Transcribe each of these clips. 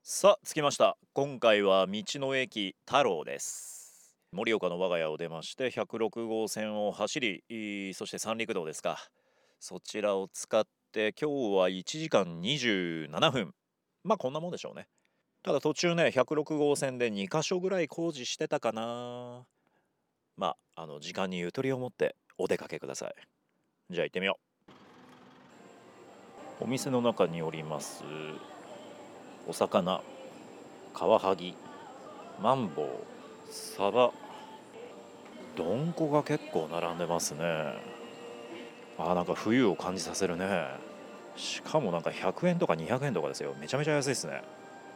さあ着きました。今回は道の駅太郎です。盛岡の我が家を出まして106号線を走り、そして三陸道ですか、そちらを使って今日は1時間27分、まあこんなもんでしょうね。ただ途中ね106号線で2箇所ぐらい工事してたかな。まあ時間にゆとりを持ってお出かけください。じゃあ行ってみよう。お店の中におりますお魚、カワハギ、マンボウ、サバ、どんこが結構並んでますね。なんか冬を感じさせるね。しかもなんか100円とか200円とかですよ。めちゃめちゃ安いですね。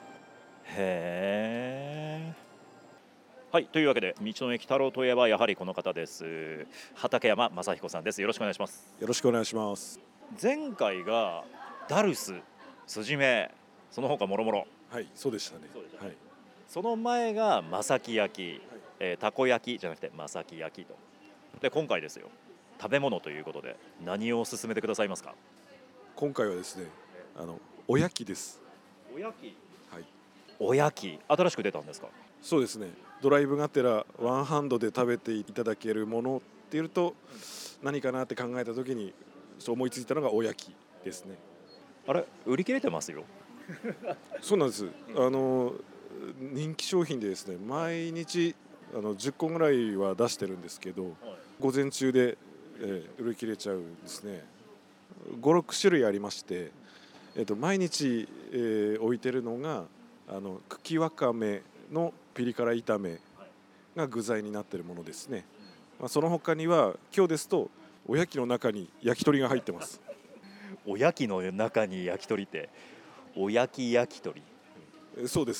へえ。はい、というわけで道の駅太郎といえばやはりこの方です。畠山正彦さんです。よろしくお願いします。 よろしくお願いします。 前回がダルス、スジメ、その他もろもろ。 はい、そうでしたね。 そうでしたね。 はい。 その前が正木焼き、たこ焼きじゃなくて正木焼きと。で今回ですよ、食べ物ということで何を勧めてくださいますか？ 今回はですね、おやきです。 おやき。 はい。 おやき新しく出たんですか？ そうですね。ドライブがてらワンハンドで食べていただけるものっていうと、何かなって考えた時にそう思いついたのがおやきですね。 あれ売り切れてますよ。 そうなんです。人気商品でですね、毎日10個ぐらいは出してるんですけど、午前中で、売り切れちゃうんですね。5、6種類ありまして、毎日、置いてるのが茎わかめのピリ辛炒めが具材になっているものですね。その他には今日ですとおやきの中に焼き鳥が入ってます。 おやきの中に焼き鳥っておやき焼き鳥。 そうです。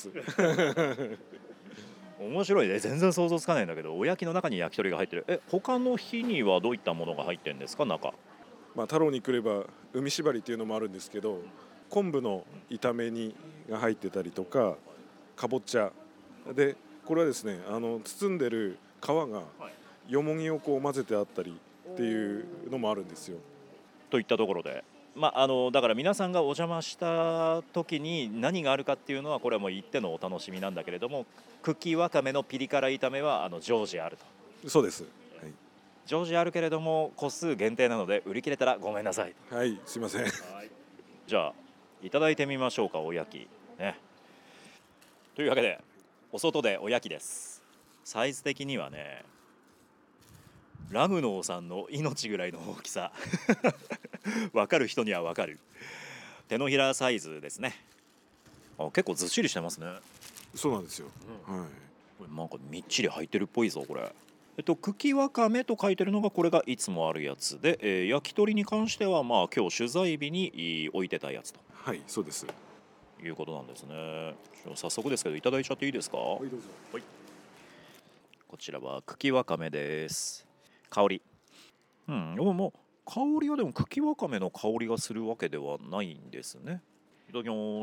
面白いね。全然想像つかないんだけど、おやきの中に焼き鳥が入ってる。他の日にはどういったものが入ってるんですか？中。 太郎に来れば海縛りっていうのもあるんですけど、昆布の炒め煮が入ってたりとか、かぼちゃで、これはですね包んでる皮がよもぎをこう混ぜてあったりっていうのもあるんですよ。 といったところで、だから皆さんがお邪魔した時に何があるかっていうのはこれはもう行ってのお楽しみなんだけれども、茎わかめのピリ辛炒めは常時あると。 そうです。 常時あるけれども個数限定なので売り切れたらごめんなさい。 はい、すいません。 じゃあいただいてみましょうか、おやきね。というわけでお外でおやきです。サイズ的にはね、ラムノーさんの命ぐらいの大きさわかる人にはわかる手のひらサイズですね。結構ずっしりしてますね。 そうなんですよ。はい。 これなんかみっちり入ってるっぽいぞこれ。茎わかめと書いてるのがこれがいつもあるやつで、焼き鳥に関してはまあ今日取材日に置いてたやつとはい、そうです。 いうことなんですね。早速ですけどいただいちゃっていいですか？ はい、どうぞ。 はい、こちらは茎わかめです。香り、でももう香りはでも茎わかめの香りがするわけではないんですね。いただきます。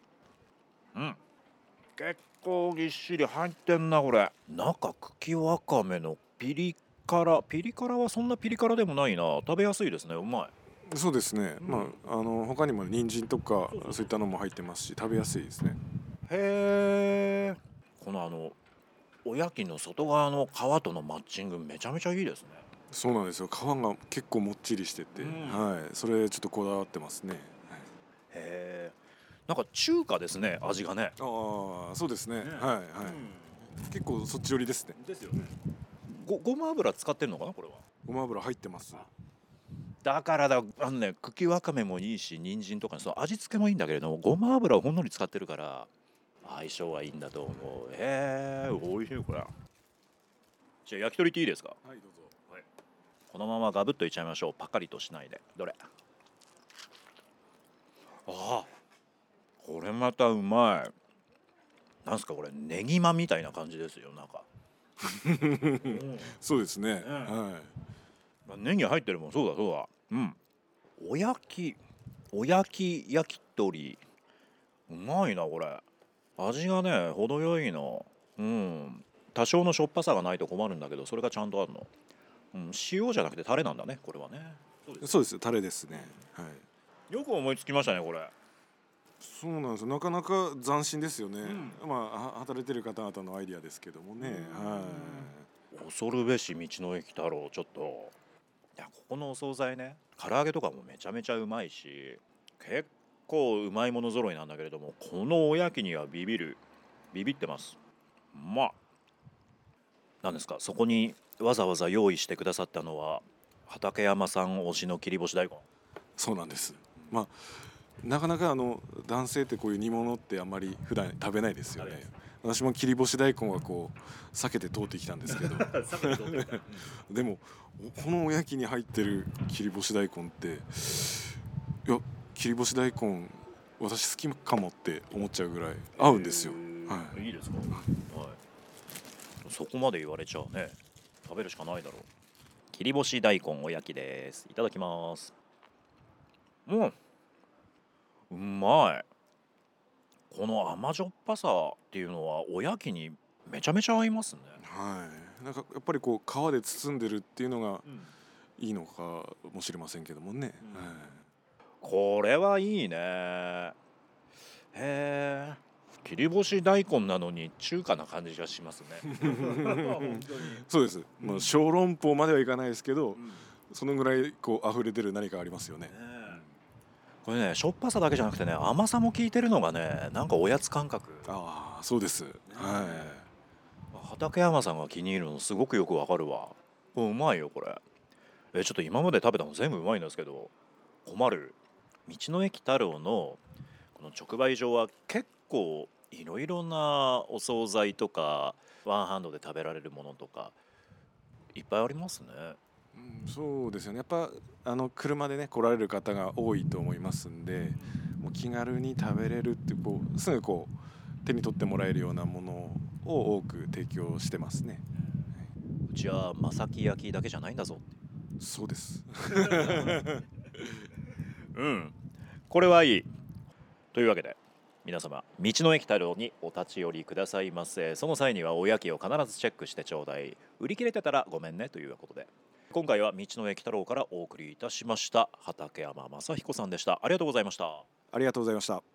結構ぎっしり入ってんなこれ。中茎わかめのピリ辛、ピリ辛はそんなピリ辛でもないな。食べやすいですね。うまい。 そうですね。他にも人参とかそういったのも入ってますし、食べやすいですね。 へえ。このおやきの外側の皮とのマッチングめちゃめちゃいいですね。 そうなんですよ。皮が結構もっちりしてて、はい、それちょっとこだわってますね。 へえ。なんか中華ですね、味がね。 ああ、そうですね。はいはい。結構そっち寄りですね。 ですよね。ごま油使ってるのかなこれは。 ごま油入ってます。 だからだ、茎わかめもいいし人参とかその味付けもいいんだけれども、ごま油をほんのり使ってるから相性はいいんだと思う。へえ、美味しいこれ。じゃあ焼き鳥っていいですか？ はい、どうぞ。 はい、このままガブッといっちゃいましょう。パカリとしないで。どれ？あ、これまたうまい。なんすかこれ、ネギマみたいな感じですよ。なんかそうですね。 ね、 はネギ入ってるもん。そうだそうだ。おやき、おやき焼き鳥、うまいなこれ。味がね程よいの。多少のしょっぱさがないと困るんだけど、それがちゃんとあるの。塩じゃなくてタレなんだねこれはね。そうでい。 す。 そうです。タレですね。はい。 よく思いつきましたねこれ。 そうなんですよ。なかなか斬新ですよね。働いてる方々のアイディアですけどもね。は恐るべし道の駅太郎、ちょっといやここのお惣菜ね、唐揚げとかもめちゃめちゃうまいし、結構うまいもの揃いなんだけれども、このおやきにはビビってます。まあなんですか、そこにわざわざ用意してくださったのは畠山さん推しの切り干し大根。 い、そうなんです。なかなか男性ってこういう煮物ってあんまり普段食べないですよね。私も切り干し大根はこう避けて通ってきたんですけどでもこのおやきに入ってる切り干し大根って、いや、切り干し大根私好きかもって思っちゃうぐらい合うんですよ。 いいですか、はい、そこまで言われちゃうね、食べるしかないだろう。切り干し大根おやきです。いただきます。うまい。この甘じょっぱさっていうのはおやきにめちゃめちゃ合いますね。 なんかやっぱりこう皮で包んでるっていうのがいいのかもしれませんけどもね。 これはいいね。へえ。切り干し大根なのに中華な感じがしますね。本当に。 そうです。小籠包まではいかないですけど、そのぐらいこう溢れ出る何かありますよね。 これね、しょっぱさだけじゃなくてね、甘さも効いてるのがね、なんかおやつ感覚。 ああ、そうです。 畠山さんが気に入るのすごくよくわかるわ。うまいよこれ。ちょっと今まで食べたの全部うまいんですけど、困る。道の駅太郎のこの直売所は結構いろいろなお惣菜とかワンハンドで食べられるものとかいっぱいありますね。 そうですよね。やっぱ車でね来られる方が多いと思いますんで、もう気軽に食べれるってこうすぐこう手に取ってもらえるようなものを多く提供してますね。 うちは正木焼きだけじゃないんだぞ。 そうです。 これはいい。というわけで皆様道の駅太郎にお立ち寄りくださいませ。その際にはおやきを必ずチェックしてちょうだい。売り切れてたらごめんねということで、今回は道の駅太郎からお送りいたしました。畠山正彦さんでした。ありがとうございました。 ありがとうございました。